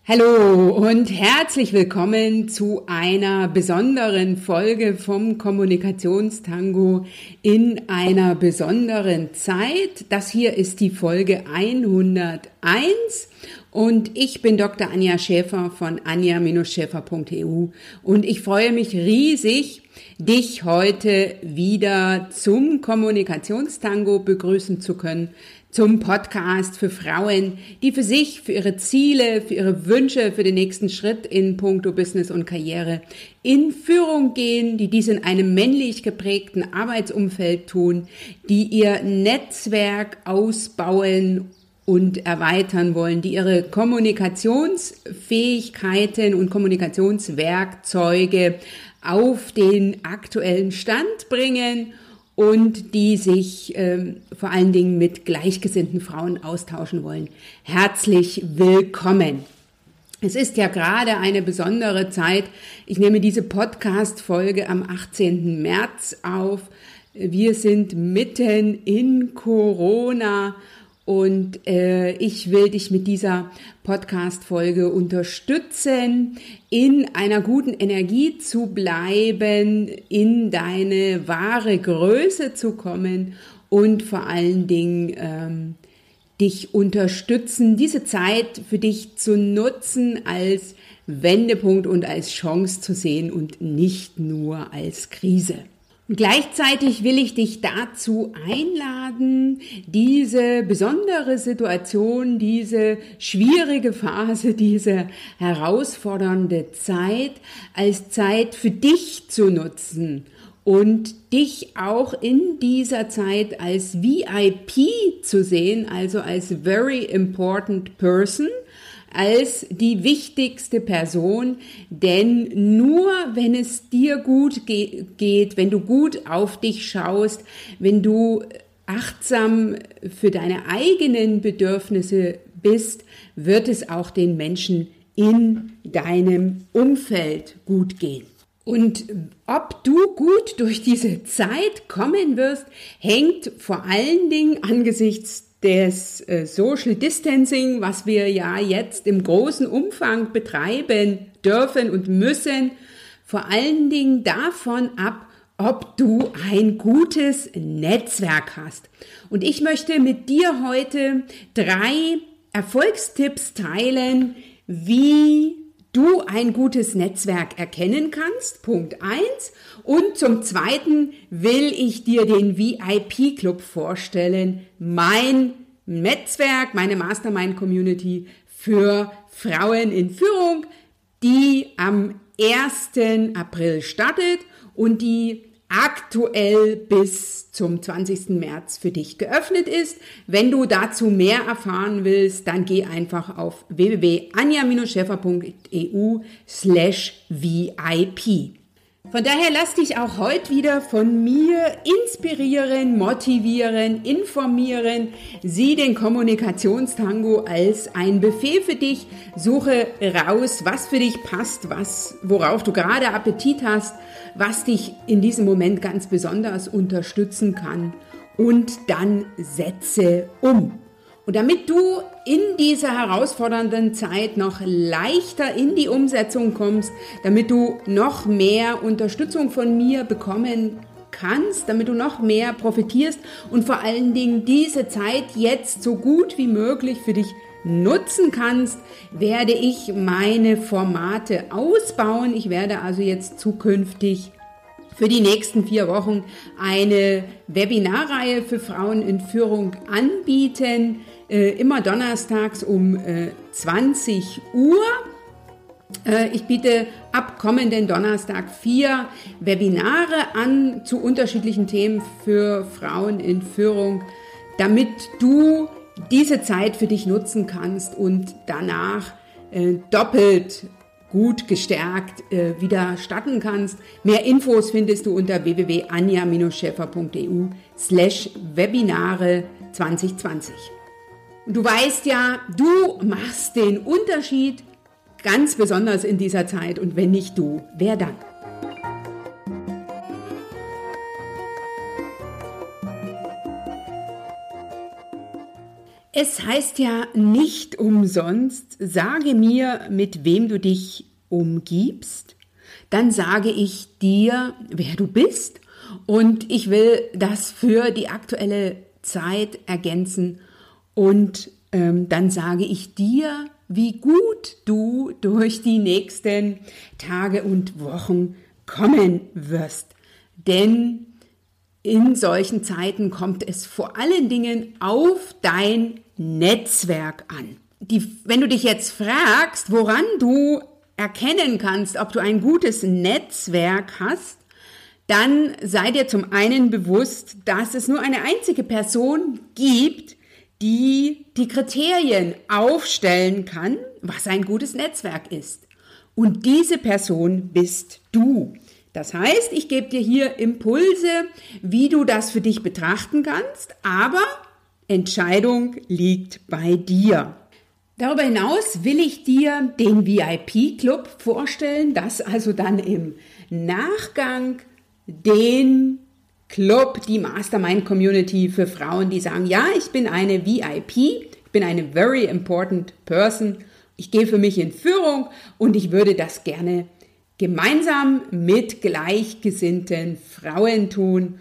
Hallo und herzlich willkommen zu einer besonderen Folge vom Kommunikationstango in einer besonderen Zeit. Das hier ist die Folge 101 und ich bin Dr. Anja Schäfer von anja-schäfer.eu und ich freue mich riesig, dich heute wieder zum Kommunikationstango begrüßen zu können, zum Podcast für Frauen, die für sich, für ihre Ziele, für ihre Wünsche, für den nächsten Schritt in puncto Business und Karriere in Führung gehen, die dies in einem männlich geprägten Arbeitsumfeld tun, die ihr Netzwerk ausbauen und erweitern wollen, die ihre Kommunikationsfähigkeiten und Kommunikationswerkzeuge auf den aktuellen Stand bringen und die sich vor allen Dingen mit gleichgesinnten Frauen austauschen wollen. Herzlich willkommen. Es ist ja gerade eine besondere Zeit. Ich nehme diese Podcast-Folge am 18. März auf. Wir sind mitten in Corona und ich will dich mit dieser Podcast-Folge unterstützen, in einer guten Energie zu bleiben, in deine wahre Größe zu kommen und vor allen Dingen dich unterstützen, diese Zeit für dich zu nutzen als Wendepunkt und als Chance zu sehen und nicht nur als Krise. Gleichzeitig will ich dich dazu einladen, diese besondere Situation, diese schwierige Phase, diese herausfordernde Zeit als Zeit für dich zu nutzen und dich auch in dieser Zeit als VIP zu sehen, also als Very Important Person, als die wichtigste Person, denn nur wenn es dir gut geht, wenn du gut auf dich schaust, wenn du achtsam für deine eigenen Bedürfnisse bist, wird es auch den Menschen in deinem Umfeld gut gehen. Und ob du gut durch diese Zeit kommen wirst, hängt vor allen Dingen angesichts des Social Distancing, was wir ja jetzt im großen Umfang betreiben dürfen und müssen, vor allen Dingen davon ab, ob du ein gutes Netzwerk hast. Und ich möchte mit dir heute 3 Erfolgstipps teilen, wie du ein gutes Netzwerk erkennen kannst, Punkt 1. Und zum Zweiten will ich dir den VIP-Club vorstellen, mein Netzwerk, meine Mastermind-Community für Frauen in Führung, die am 1. April startet und die aktuell bis zum 20. März für dich geöffnet ist. Wenn du dazu mehr erfahren willst, dann geh einfach auf www.anja-schäfer.eu/VIP. Von daher lass dich auch heute wieder von mir inspirieren, motivieren, informieren. Sieh den Kommunikationstango als ein Buffet für dich. Suche raus, was für dich passt, worauf du gerade Appetit hast, was dich in diesem Moment ganz besonders unterstützen kann. Und dann setze um. Und damit du in dieser herausfordernden Zeit noch leichter in die Umsetzung kommst, damit du noch mehr Unterstützung von mir bekommen kannst, damit du noch mehr profitierst und vor allen Dingen diese Zeit jetzt so gut wie möglich für dich nutzen kannst, werde ich meine Formate ausbauen. Ich werde also jetzt zukünftig für die nächsten 4 Wochen eine Webinarreihe für Frauen in Führung anbieten, immer donnerstags um 20 Uhr. Ich biete ab kommenden Donnerstag 4 Webinare an zu unterschiedlichen Themen für Frauen in Führung, damit du diese Zeit für dich nutzen kannst und danach doppelt gut gestärkt wieder starten kannst. Mehr Infos findest du unter www.anja-schäfer.eu/Webinare 2020. Und du weißt ja, du machst den Unterschied ganz besonders in dieser Zeit und wenn nicht du, wer dann? Es heißt ja nicht umsonst, sage mir, mit wem du dich umgibst, dann sage ich dir, wer du bist, und ich will das für die aktuelle Zeit ergänzen und dann sage ich dir, wie gut du durch die nächsten Tage und Wochen kommen wirst. Denn in solchen Zeiten kommt es vor allen Dingen auf dein Netzwerk an. Wenn du dich jetzt fragst, woran du erkennen kannst, ob du ein gutes Netzwerk hast, dann sei dir zum einen bewusst, dass es nur eine einzige Person gibt, die die Kriterien aufstellen kann, was ein gutes Netzwerk ist. Und diese Person bist du. Das heißt, ich gebe dir hier Impulse, wie du das für dich betrachten kannst, aber Entscheidung liegt bei dir. Darüber hinaus will ich dir den VIP-Club vorstellen, das also dann im Nachgang den Club, die Mastermind-Community für Frauen, die sagen, ja, ich bin eine VIP, ich bin eine very important person, ich gehe für mich in Führung und ich würde das gerne gemeinsam mit gleichgesinnten Frauen tun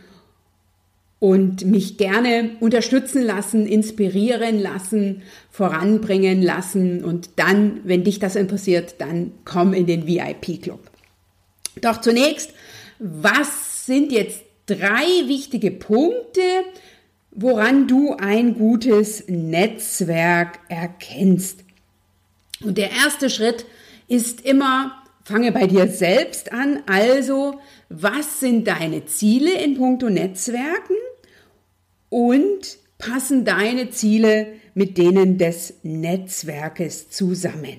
und mich gerne unterstützen lassen, inspirieren lassen, voranbringen lassen und dann, wenn dich das interessiert, dann komm in den VIP-Club. Doch zunächst, was sind jetzt 3 wichtige Punkte, woran du ein gutes Netzwerk erkennst? Und der erste Schritt ist immer, fange bei dir selbst an. Also, was sind deine Ziele in puncto Netzwerken und passen deine Ziele mit denen des Netzwerkes zusammen?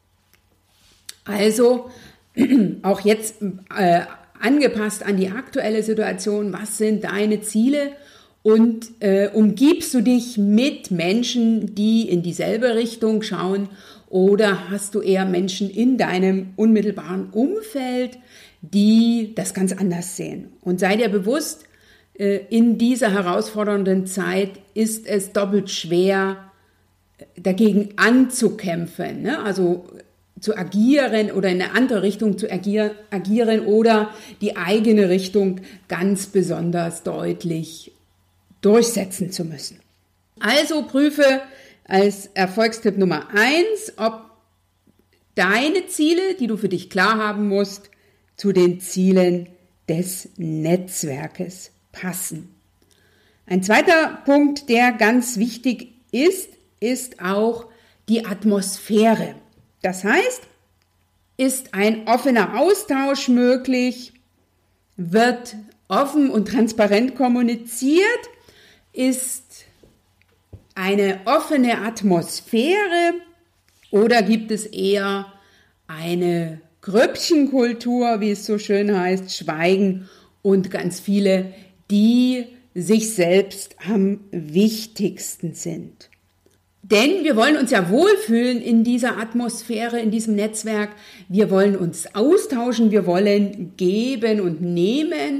Also, auch jetzt angepasst an die aktuelle Situation, was sind deine Ziele und umgibst du dich mit Menschen, die in dieselbe Richtung schauen oder hast du eher Menschen in deinem unmittelbaren Umfeld, die das ganz anders sehen? Und sei dir bewusst, in dieser herausfordernden Zeit ist es doppelt schwer, dagegen anzukämpfen, ne? Also zu agieren oder in eine andere Richtung zu agieren oder die eigene Richtung ganz besonders deutlich durchsetzen zu müssen. Also prüfe als Erfolgstipp Nummer 1, ob deine Ziele, die du für dich klar haben musst, zu den Zielen des Netzwerkes passen. Ein zweiter Punkt, der ganz wichtig ist auch die Atmosphäre. Das heißt, ist ein offener Austausch möglich, wird offen und transparent kommuniziert, ist eine offene Atmosphäre oder gibt es eher eine Grüppchenkultur, wie es so schön heißt, Schweigen und ganz viele, die sich selbst am wichtigsten sind. Denn wir wollen uns ja wohlfühlen in dieser Atmosphäre, in diesem Netzwerk. Wir wollen uns austauschen, wir wollen geben und nehmen.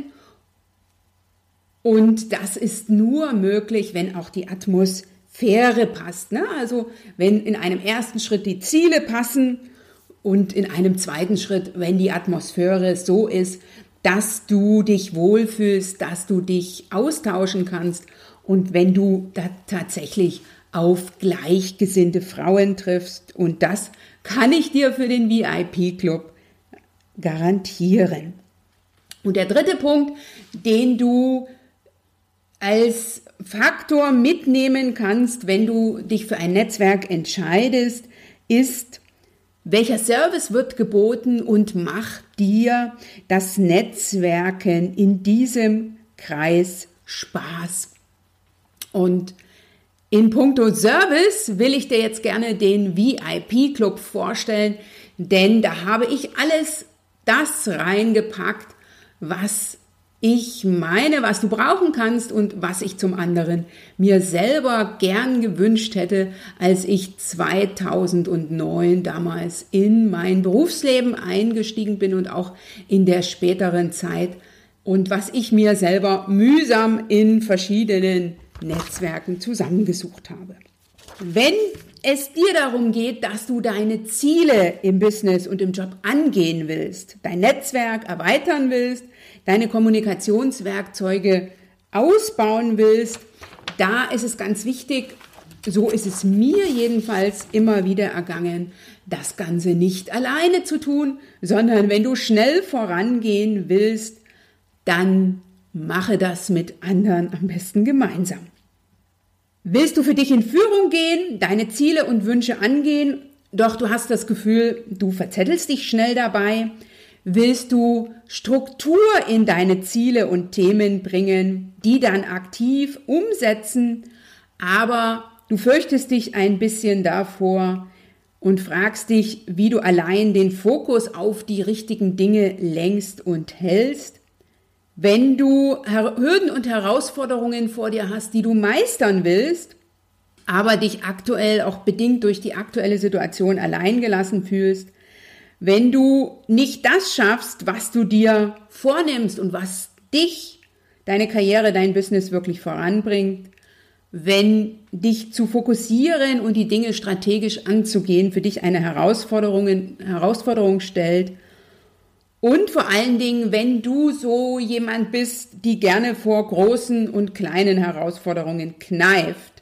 Und das ist nur möglich, wenn auch die Atmosphäre passt. Ne? Also wenn in einem ersten Schritt die Ziele passen und in einem zweiten Schritt, wenn die Atmosphäre so ist, dass du dich wohlfühlst, dass du dich austauschen kannst und wenn du da tatsächlich auf gleichgesinnte Frauen triffst. Und das kann ich dir für den VIP-Club garantieren. Und der dritte Punkt, den du als Faktor mitnehmen kannst, wenn du dich für ein Netzwerk entscheidest, ist, welcher Service wird geboten und macht dir das Netzwerken in diesem Kreis Spaß? Und in puncto Service will ich dir jetzt gerne den VIP-Club vorstellen, denn da habe ich alles das reingepackt, was ich meine, was du brauchen kannst und was ich zum anderen mir selber gern gewünscht hätte, als ich 2009 damals in mein Berufsleben eingestiegen bin und auch in der späteren Zeit und was ich mir selber mühsam in verschiedenen Netzwerken zusammengesucht habe. Wenn es dir darum geht, dass du deine Ziele im Business und im Job angehen willst, dein Netzwerk erweitern willst, deine Kommunikationswerkzeuge ausbauen willst, da ist es ganz wichtig, so ist es mir jedenfalls immer wieder ergangen, das Ganze nicht alleine zu tun, sondern wenn du schnell vorangehen willst, dann mache das mit anderen am besten gemeinsam. Willst du für dich in Führung gehen, deine Ziele und Wünsche angehen, doch du hast das Gefühl, du verzettelst dich schnell dabei? Willst du Struktur in deine Ziele und Themen bringen, die dann aktiv umsetzen, aber du fürchtest dich ein bisschen davor und fragst dich, wie du allein den Fokus auf die richtigen Dinge lenkst und hältst? Wenn du Hürden und Herausforderungen vor dir hast, die du meistern willst, aber dich aktuell auch bedingt durch die aktuelle Situation allein gelassen fühlst, wenn du nicht das schaffst, was du dir vornimmst und was dich, deine Karriere, dein Business wirklich voranbringt, wenn dich zu fokussieren und die Dinge strategisch anzugehen für dich eine Herausforderung stellt, und vor allen Dingen, wenn du so jemand bist, die gerne vor großen und kleinen Herausforderungen kneift,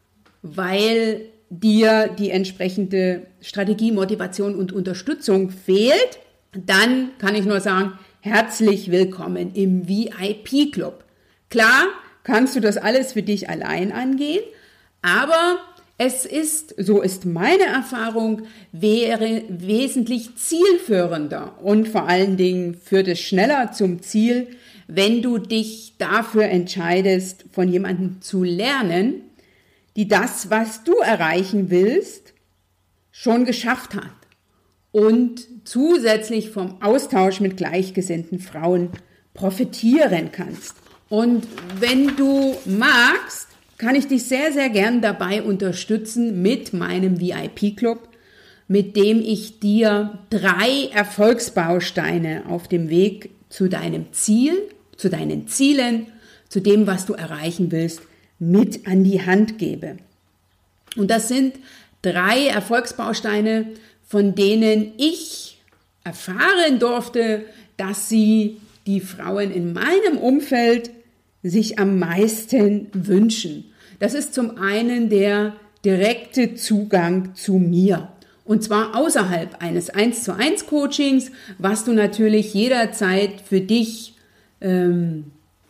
weil dir die entsprechende Strategie, Motivation und Unterstützung fehlt, dann kann ich nur sagen, herzlich willkommen im VIP-Club. Klar, kannst du das alles für dich allein angehen, aber es ist, so ist meine Erfahrung, wäre wesentlich zielführender und vor allen Dingen führt es schneller zum Ziel, wenn du dich dafür entscheidest, von jemandem zu lernen, die das, was du erreichen willst, schon geschafft hat und zusätzlich vom Austausch mit gleichgesinnten Frauen profitieren kannst. Und wenn du magst, kann ich dich sehr, sehr gern dabei unterstützen mit meinem VIP-Club, mit dem ich dir 3 Erfolgsbausteine auf dem Weg zu deinem Ziel, zu deinen Zielen, zu dem, was du erreichen willst, mit an die Hand gebe. Und das sind 3 Erfolgsbausteine, von denen ich erfahren durfte, dass sie die Frauen in meinem Umfeld sich am meisten wünschen. Das ist zum einen der direkte Zugang zu mir. Und zwar außerhalb eines 1:1 Coachings, was du natürlich jederzeit für dich beginnen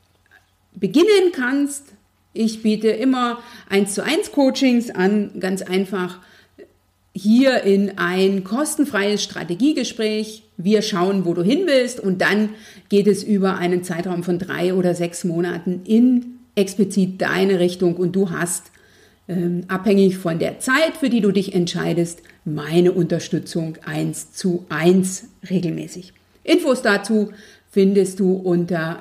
kannst. Ich biete immer 1:1 Coachings an, ganz einfach hier in ein kostenfreies Strategiegespräch. Wir schauen, wo du hin willst und dann geht es über einen Zeitraum von 3 oder 6 Monaten in explizit deine Richtung und du hast, abhängig von der Zeit, für die du dich entscheidest, meine Unterstützung 1:1 regelmäßig. Infos dazu findest du unter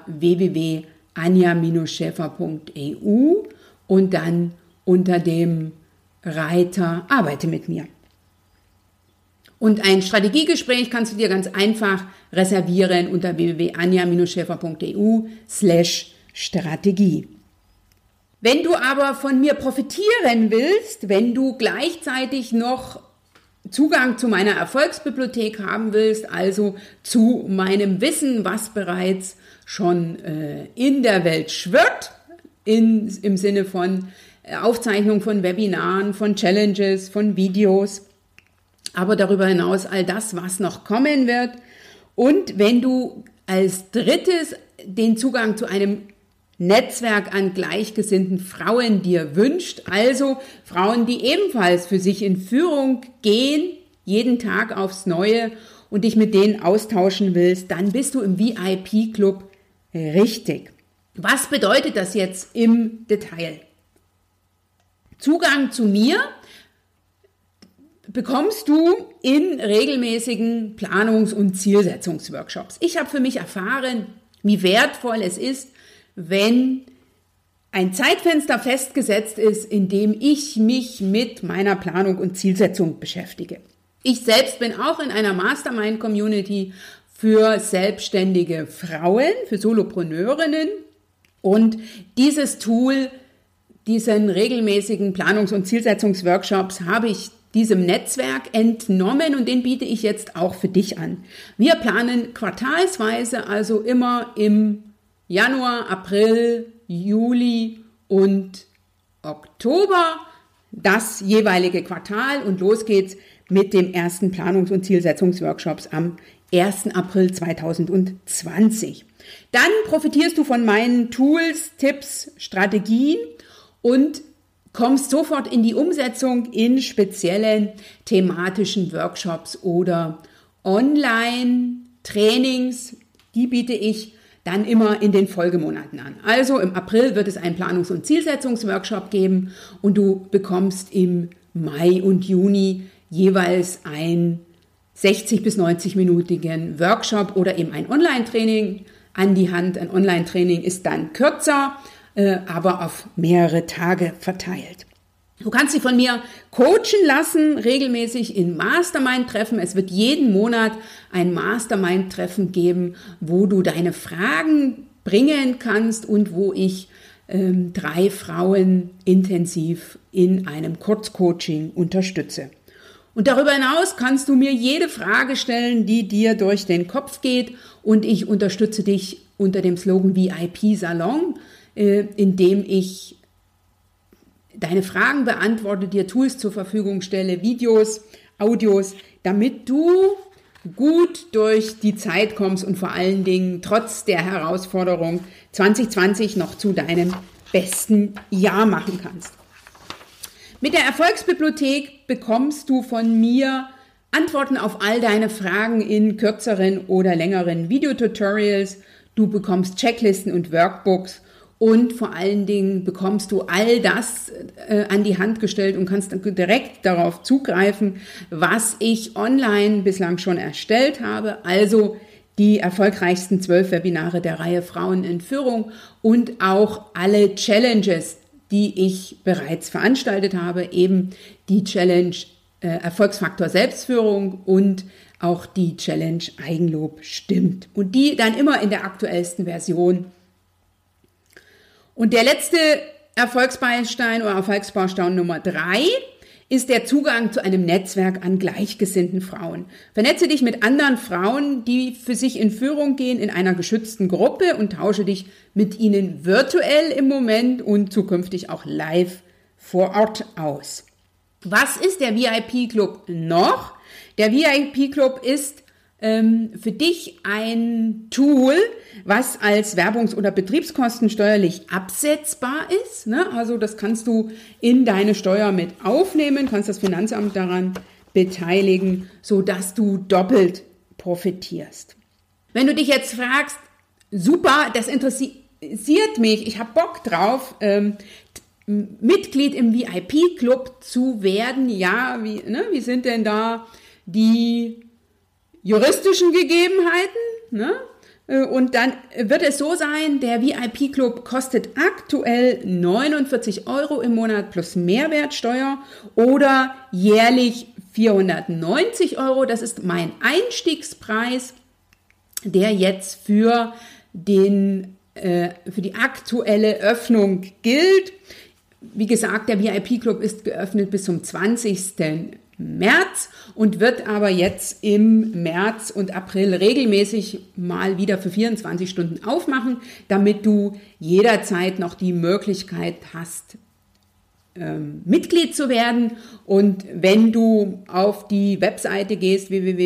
www.anja-schäfer.eu und dann unter dem Reiter Arbeite mit mir. Und ein Strategiegespräch kannst du dir ganz einfach reservieren unter www.anja-schäfer.eu/Strategie. Wenn du aber von mir profitieren willst, wenn du gleichzeitig noch Zugang zu meiner Erfolgsbibliothek haben willst, also zu meinem Wissen, was bereits schon in der Welt schwirrt, im Sinne von Aufzeichnung von Webinaren, von Challenges, von Videos, aber darüber hinaus all das, was noch kommen wird. Und wenn du als drittes den Zugang zu einem Netzwerk an gleichgesinnten Frauen dir wünscht, also Frauen, die ebenfalls für sich in Führung gehen, jeden Tag aufs Neue und dich mit denen austauschen willst, dann bist du im VIP-Club richtig. Was bedeutet das jetzt im Detail? Zugang zu mir bekommst du in regelmäßigen Planungs- und Zielsetzungsworkshops. Ich habe für mich erfahren, wie wertvoll es ist, wenn ein Zeitfenster festgesetzt ist, in dem ich mich mit meiner Planung und Zielsetzung beschäftige. Ich selbst bin auch in einer Mastermind-Community für selbstständige Frauen, für Solopreneurinnen. Und dieses Tool diesen regelmäßigen Planungs- und Zielsetzungsworkshops habe ich diesem Netzwerk entnommen und den biete ich jetzt auch für dich an. Wir planen quartalsweise, also immer im Januar, April, Juli und Oktober das jeweilige Quartal und los geht's mit dem ersten Planungs- und Zielsetzungsworkshops am 1. April 2020. Dann profitierst du von meinen Tools, Tipps, Strategien und kommst sofort in die Umsetzung in speziellen thematischen Workshops oder Online-Trainings. Die biete ich dann immer in den Folgemonaten an. Also im April wird es einen Planungs- und Zielsetzungsworkshop geben und du bekommst im Mai und Juni jeweils einen 60- bis 90-minütigen Workshop oder eben ein Online-Training an die Hand. Ein Online-Training ist dann kürzer, aber auf mehrere Tage verteilt. Du kannst dich von mir coachen lassen, regelmäßig in Mastermind-Treffen. Es wird jeden Monat ein Mastermind-Treffen geben, wo du deine Fragen bringen kannst und wo ich 3 Frauen intensiv in einem Kurzcoaching unterstütze. Und darüber hinaus kannst du mir jede Frage stellen, die dir durch den Kopf geht und ich unterstütze dich unter dem Slogan VIP Salon, indem ich deine Fragen beantworte, dir Tools zur Verfügung stelle, Videos, Audios, damit du gut durch die Zeit kommst und vor allen Dingen trotz der Herausforderung 2020 noch zu deinem besten Jahr machen kannst. Mit der Erfolgsbibliothek bekommst du von mir Antworten auf all deine Fragen in kürzeren oder längeren Videotutorials. Du bekommst Checklisten und Workbooks und vor allen Dingen bekommst du all das an die Hand gestellt und kannst direkt darauf zugreifen, was ich online bislang schon erstellt habe. Also die erfolgreichsten 12 Webinare der Reihe Frauen in Führung und auch alle Challenges, die ich bereits veranstaltet habe, eben die Challenge Erfolgsfaktor Selbstführung und auch die Challenge Eigenlob stimmt. Und die dann immer in der aktuellsten Version. Und der letzte Erfolgsbaustein oder Erfolgsbaustein Nummer 3 ist der Zugang zu einem Netzwerk an gleichgesinnten Frauen. Vernetze dich mit anderen Frauen, die für sich in Führung gehen, in einer geschützten Gruppe und tausche dich mit ihnen virtuell im Moment und zukünftig auch live vor Ort aus. Was ist der VIP-Club noch? Der VIP-Club ist für dich ein Tool, was als Werbungs- oder Betriebskosten steuerlich absetzbar ist. Ne? Also das kannst du in deine Steuer mit aufnehmen, kannst das Finanzamt daran beteiligen, sodass du doppelt profitierst. Wenn du dich jetzt fragst, super, das interessiert mich, ich habe Bock drauf, Mitglied im VIP-Club zu werden, ja, wie sind denn da die juristischen Gegebenheiten, ne? Und dann wird es so sein, der VIP-Club kostet aktuell 49 € im Monat plus Mehrwertsteuer oder jährlich 490 €. Das ist mein Einstiegspreis, der jetzt für die aktuelle Öffnung gilt. Wie gesagt, der VIP-Club ist geöffnet bis zum 20. März und wird aber jetzt im März und April regelmäßig mal wieder für 24 Stunden aufmachen, damit du jederzeit noch die Möglichkeit hast, Mitglied zu werden. Und wenn du auf die Webseite gehst,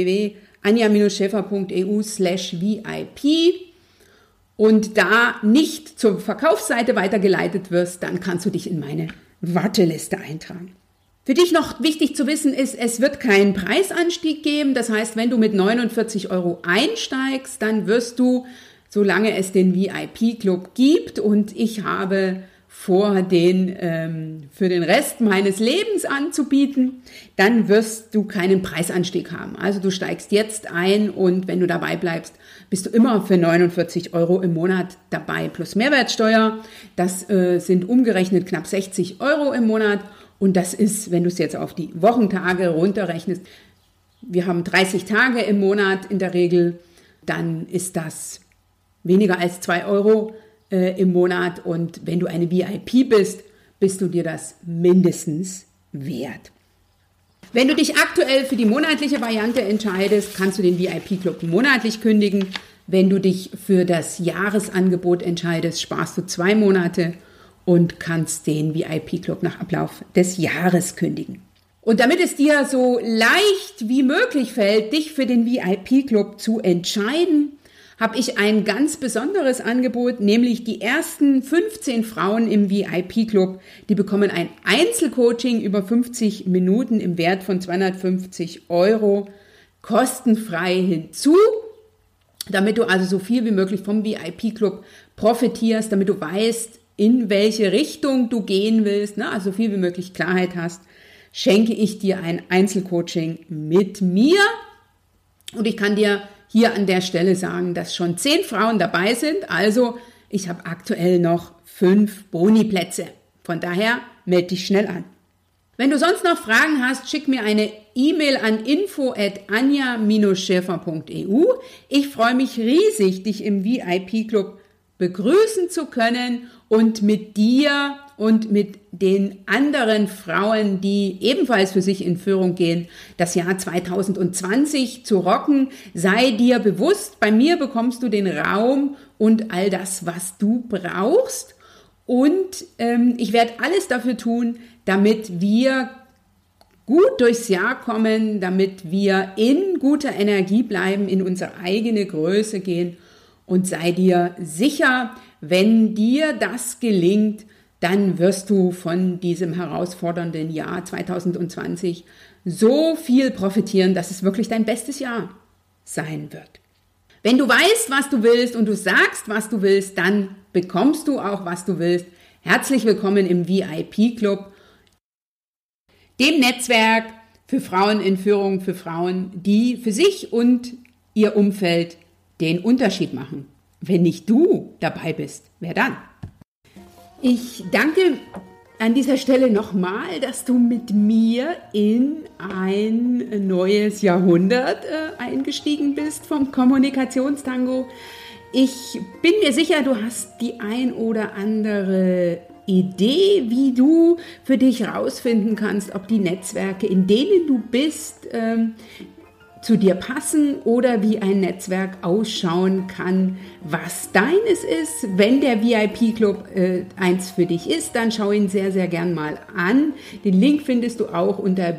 www.anja-schäfer.eu/VIP und da nicht zur Verkaufsseite weitergeleitet wirst, dann kannst du dich in meine Warteliste eintragen. Für dich noch wichtig zu wissen ist, es wird keinen Preisanstieg geben. Das heißt, wenn du mit 49 € einsteigst, dann wirst du, solange es den VIP-Club gibt und ich habe vor, für den Rest meines Lebens anzubieten, dann wirst du keinen Preisanstieg haben. Also du steigst jetzt ein und wenn du dabei bleibst, bist du immer für 49 € im Monat dabei plus Mehrwertsteuer. Das sind umgerechnet knapp 60 € im Monat. Und das ist, wenn du es jetzt auf die Wochentage runterrechnest, wir haben 30 Tage im Monat in der Regel, dann ist das weniger als 2 € im Monat. Und wenn du eine VIP bist, bist du dir das mindestens wert. Wenn du dich aktuell für die monatliche Variante entscheidest, kannst du den VIP-Club monatlich kündigen. Wenn du dich für das Jahresangebot entscheidest, sparst du 2 Monate und kannst den VIP-Club nach Ablauf des Jahres kündigen. Und damit es dir so leicht wie möglich fällt, dich für den VIP-Club zu entscheiden, habe ich ein ganz besonderes Angebot, nämlich die ersten 15 Frauen im VIP-Club, die bekommen ein Einzelcoaching über 50 Minuten im Wert von 250 € kostenfrei hinzu, damit du also so viel wie möglich vom VIP-Club profitierst, damit du weißt, in welche Richtung du gehen willst, also so viel wie möglich Klarheit hast, schenke ich dir ein Einzelcoaching mit mir. Und ich kann dir hier an der Stelle sagen, dass schon 10 Frauen dabei sind. Also ich habe aktuell noch 5 Boniplätze. Von daher melde dich schnell an. Wenn du sonst noch Fragen hast, schick mir eine E-Mail an info@anja-schäfer.eu. Ich freue mich riesig, dich im VIP-Club begrüßen zu können und mit dir und mit den anderen Frauen, die ebenfalls für sich in Führung gehen, das Jahr 2020 zu rocken. Sei dir bewusst, bei mir bekommst du den Raum und all das, was du brauchst. Und ich werde alles dafür tun, damit wir gut durchs Jahr kommen, damit wir in guter Energie bleiben, in unsere eigene Größe gehen. Und sei dir sicher, wenn dir das gelingt, dann wirst du von diesem herausfordernden Jahr 2020 so viel profitieren, dass es wirklich dein bestes Jahr sein wird. Wenn du weißt, was du willst und du sagst, was du willst, dann bekommst du auch, was du willst. Herzlich willkommen im VIP-Club, dem Netzwerk für Frauen in Führung, für Frauen, die für sich und ihr Umfeld den Unterschied machen. Wenn nicht du dabei bist, wer dann? Ich danke an dieser Stelle nochmal, dass du mit mir in ein neues Jahrhundert eingestiegen bist vom Kommunikationstango. Ich bin mir sicher, du hast die ein oder andere Idee, wie du für dich herausfinden kannst, ob die Netzwerke, in denen du bist, zu dir passen oder wie ein Netzwerk ausschauen kann, was deines ist. Wenn der VIP-Club eins für dich ist, dann schau ihn sehr, sehr gern mal an. Den Link findest du auch unter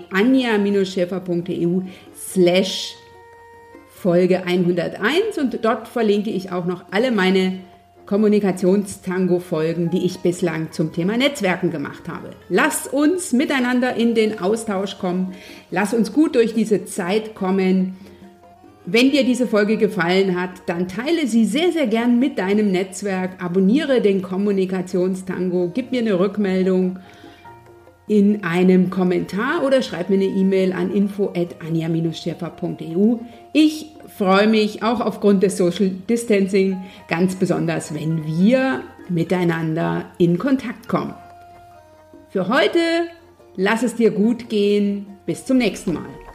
www.anja-schäfer.eu/Folge 101 und dort verlinke ich auch noch alle meine Kommunikationstango-Folgen, die ich bislang zum Thema Netzwerken gemacht habe. Lass uns miteinander in den Austausch kommen. Lass uns gut durch diese Zeit kommen. Wenn dir diese Folge gefallen hat, dann teile sie sehr, sehr gern mit deinem Netzwerk. Abonniere den Kommunikationstango. Gib mir eine Rückmeldung in einem Kommentar oder schreib mir eine E-Mail an info@anja-schäfer.eu. Ich freue mich auch aufgrund des Social Distancing ganz besonders, wenn wir miteinander in Kontakt kommen. Für heute lass es dir gut gehen. Bis zum nächsten Mal.